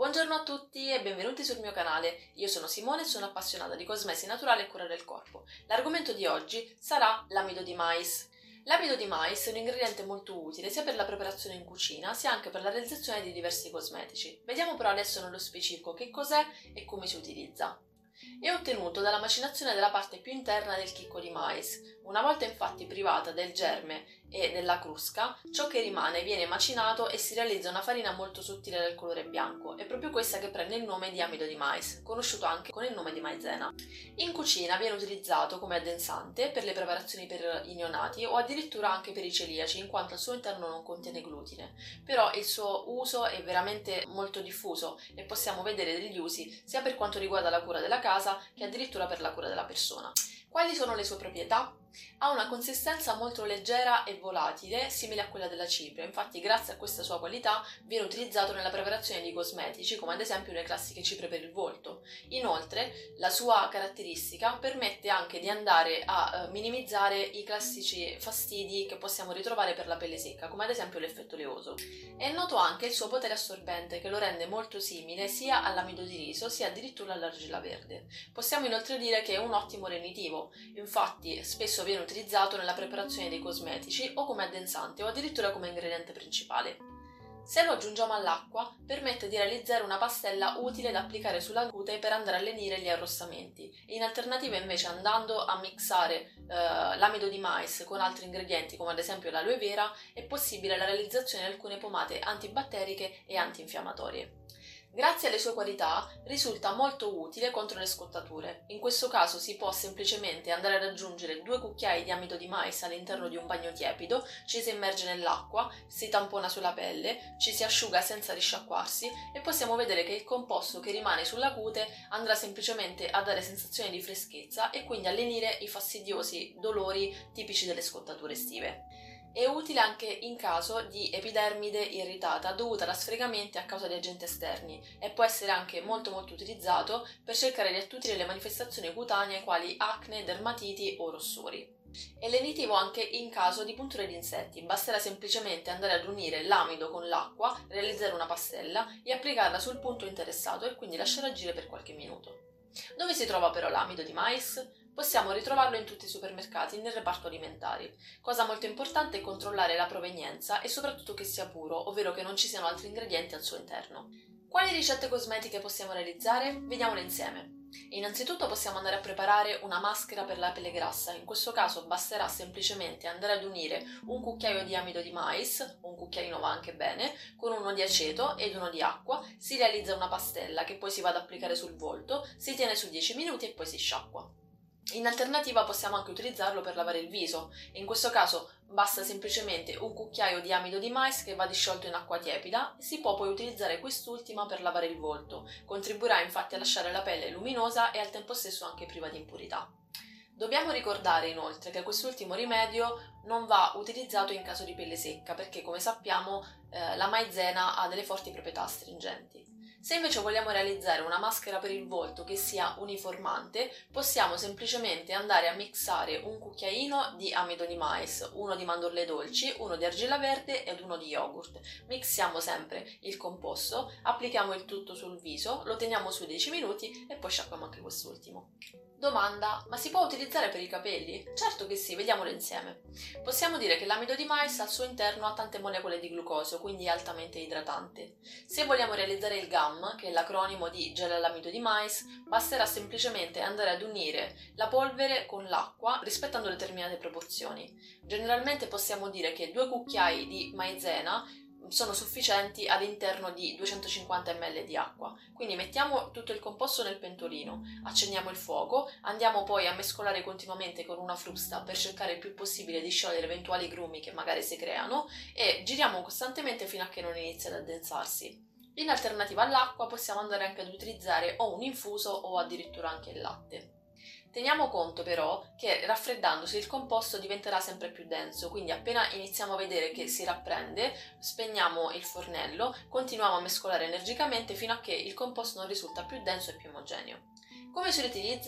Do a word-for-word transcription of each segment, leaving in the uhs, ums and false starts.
Buongiorno a tutti e benvenuti sul mio canale. Io sono Simone e sono appassionata di cosmesi naturale e cura del corpo. L'argomento di oggi sarà l'amido di mais. L'amido di mais è un ingrediente molto utile sia per la preparazione in cucina sia anche per la realizzazione di diversi cosmetici. Vediamo però adesso nello specifico che cos'è e come si utilizza. È ottenuto dalla macinazione della parte più interna del chicco di mais. Una volta infatti privata del germe e della crusca, ciò che rimane viene macinato e si realizza una farina molto sottile dal colore bianco. È proprio questa che prende il nome di amido di mais, conosciuto anche con il nome di maizena. In cucina viene utilizzato come addensante per le preparazioni per i neonati o addirittura anche per i celiaci, in quanto al suo interno non contiene glutine. Però il suo uso è veramente molto diffuso e possiamo vedere degli usi sia per quanto riguarda la cura della casa che addirittura per la cura della persona. Quali sono le sue proprietà? Ha una consistenza molto leggera e volatile, simile a quella della cipria, infatti grazie a questa sua qualità viene utilizzato nella preparazione di cosmetici, come ad esempio le classiche ciprie per il volto. Inoltre, la sua caratteristica permette anche di andare a minimizzare i classici fastidi che possiamo ritrovare per la pelle secca, come ad esempio l'effetto oleoso. È noto anche il suo potere assorbente, che lo rende molto simile sia all'amido di riso sia addirittura all'argilla verde. Possiamo inoltre dire che è un ottimo lenitivo, infatti spesso viene utilizzato nella preparazione dei cosmetici o come addensante o addirittura come ingrediente principale. Se lo aggiungiamo all'acqua, permette di realizzare una pastella utile da applicare sulla cute per andare a lenire gli arrossamenti. In alternativa invece, andando a mixare eh, l'amido di mais con altri ingredienti come ad esempio l'aloe vera, è possibile la realizzazione di alcune pomate antibatteriche e antinfiammatorie. Grazie alle sue qualità risulta molto utile contro le scottature. In questo caso si può semplicemente andare ad aggiungere due cucchiai di amido di mais all'interno di un bagno tiepido, ci si immerge nell'acqua, si tampona sulla pelle, ci si asciuga senza risciacquarsi e possiamo vedere che il composto che rimane sulla cute andrà semplicemente a dare sensazione di freschezza e quindi a lenire i fastidiosi dolori tipici delle scottature estive. È utile anche in caso di epidermide irritata dovuta a sfregamenti a causa di agenti esterni e può essere anche molto molto utilizzato per cercare di attutire le manifestazioni cutanee quali acne, dermatiti o rossori. È lenitivo anche in caso di punture di insetti, basterà semplicemente andare ad unire l'amido con l'acqua, realizzare una pastella e applicarla sul punto interessato e quindi lasciare agire per qualche minuto. Dove si trova però l'amido di mais? Possiamo ritrovarlo in tutti i supermercati nel reparto alimentari. Cosa molto importante è controllare la provenienza e soprattutto che sia puro, ovvero che non ci siano altri ingredienti al suo interno. Quali ricette cosmetiche possiamo realizzare? Vediamole insieme. Innanzitutto possiamo andare a preparare una maschera per la pelle grassa. In questo caso basterà semplicemente andare ad unire un cucchiaio di amido di mais, un cucchiaino va anche bene, con uno di aceto ed uno di acqua, si realizza una pastella che poi si va ad applicare sul volto, si tiene su dieci minuti e poi si sciacqua. In alternativa possiamo anche utilizzarlo per lavare il viso, in questo caso basta semplicemente un cucchiaio di amido di mais che va disciolto in acqua tiepida e si può poi utilizzare quest'ultima per lavare il volto, contribuirà infatti a lasciare la pelle luminosa e al tempo stesso anche priva di impurità. Dobbiamo ricordare inoltre che quest'ultimo rimedio non va utilizzato in caso di pelle secca perché, come sappiamo, eh, la maizena ha delle forti proprietà astringenti. Se invece vogliamo realizzare una maschera per il volto che sia uniformante, possiamo semplicemente andare a mixare un cucchiaino di amido di mais, uno di mandorle dolci, uno di argilla verde ed uno di yogurt. Mixiamo sempre il composto, applichiamo il tutto sul viso, lo teniamo su dieci minuti e poi sciacquiamo anche quest'ultimo. Domanda: ma si può utilizzare per i capelli? Certo che sì, vediamolo insieme. Possiamo dire che l'amido di mais al suo interno ha tante molecole di glucosio, quindi è altamente idratante. Se vogliamo realizzare il GAM, che è l'acronimo di gel all'amido di mais, basterà semplicemente andare ad unire la polvere con l'acqua rispettando determinate proporzioni. Generalmente possiamo dire che due cucchiai di maizena sono sufficienti all'interno di duecentocinquanta millilitri di acqua. Quindi mettiamo tutto il composto nel pentolino, accendiamo il fuoco, andiamo poi a mescolare continuamente con una frusta per cercare il più possibile di sciogliere eventuali grumi che magari si creano e giriamo costantemente fino a che non inizia ad addensarsi. In alternativa all'acqua possiamo andare anche ad utilizzare o un infuso o addirittura anche il latte. Teniamo conto però che raffreddandosi il composto diventerà sempre più denso, quindi appena iniziamo a vedere che si rapprende, spegniamo il fornello, continuiamo a mescolare energicamente fino a che il composto non risulta più denso e più omogeneo. Come si utilizza?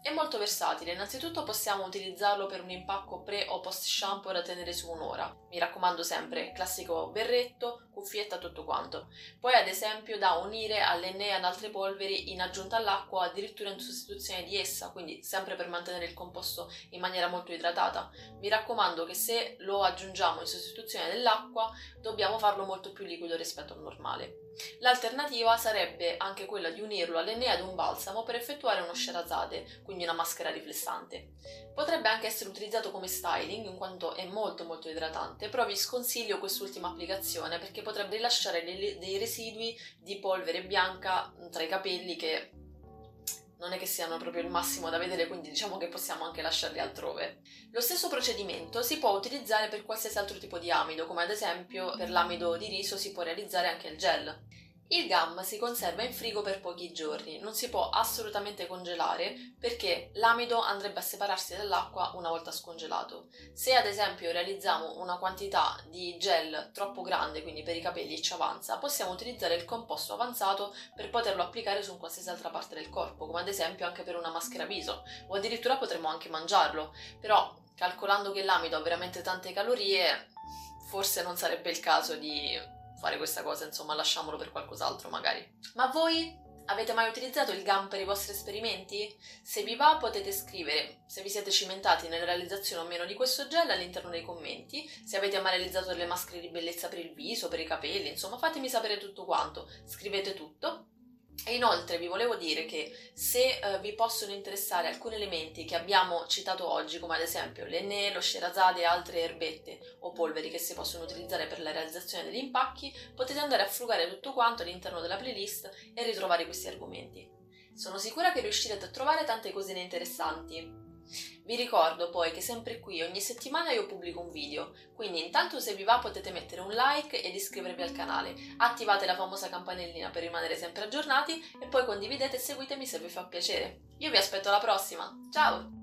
È molto versatile, innanzitutto possiamo utilizzarlo per un impacco pre o post shampoo da tenere su un'ora. Mi raccomando sempre, classico berretto, cuffietta, tutto quanto. Poi ad esempio da unire all'Enea e ad altre polveri in aggiunta all'acqua o addirittura in sostituzione di essa, quindi sempre per mantenere il composto in maniera molto idratata. Mi raccomando che se lo aggiungiamo in sostituzione dell'acqua dobbiamo farlo molto più liquido rispetto al normale. L'alternativa sarebbe anche quella di unirlo all'Enea ad un balsamo per effettuare uno Sherazade, quindi una maschera riflessante. Potrebbe anche essere utilizzato come styling in quanto è molto molto idratante, però vi sconsiglio quest'ultima applicazione perché potrebbe rilasciare dei, dei residui di polvere bianca tra i capelli che non è che siano proprio il massimo da vedere, quindi diciamo che possiamo anche lasciarli altrove. Lo stesso procedimento si può utilizzare per qualsiasi altro tipo di amido, come ad esempio per l'amido di riso si può realizzare anche il gel. Il gum si conserva in frigo per pochi giorni, non si può assolutamente congelare perché l'amido andrebbe a separarsi dall'acqua una volta scongelato. Se ad esempio realizziamo una quantità di gel troppo grande, quindi per i capelli ci avanza, possiamo utilizzare il composto avanzato per poterlo applicare su qualsiasi altra parte del corpo, come ad esempio anche per una maschera viso, o addirittura potremmo anche mangiarlo, però calcolando che l'amido ha veramente tante calorie, forse non sarebbe il caso di fare questa cosa, insomma lasciamolo per qualcos'altro magari. Ma voi avete mai utilizzato il gum per i vostri esperimenti? Se vi va potete scrivere se vi siete cimentati nella realizzazione o meno di questo gel all'interno dei commenti, se avete mai realizzato delle maschere di bellezza per il viso, per i capelli, insomma fatemi sapere tutto quanto, scrivete tutto. E inoltre vi volevo dire che se eh, vi possono interessare alcuni elementi che abbiamo citato oggi, come ad esempio l'Enea, lo Sherazade e altre erbette o polveri che si possono utilizzare per la realizzazione degli impacchi, potete andare a frugare tutto quanto all'interno della playlist e ritrovare questi argomenti. Sono sicura che riuscirete a trovare tante cosine interessanti. Vi ricordo poi che sempre qui ogni settimana io pubblico un video, quindi intanto se vi va potete mettere un like ed iscrivervi al canale, attivate la famosa campanellina per rimanere sempre aggiornati e poi condividete e seguitemi se vi fa piacere. Io vi aspetto alla prossima, ciao!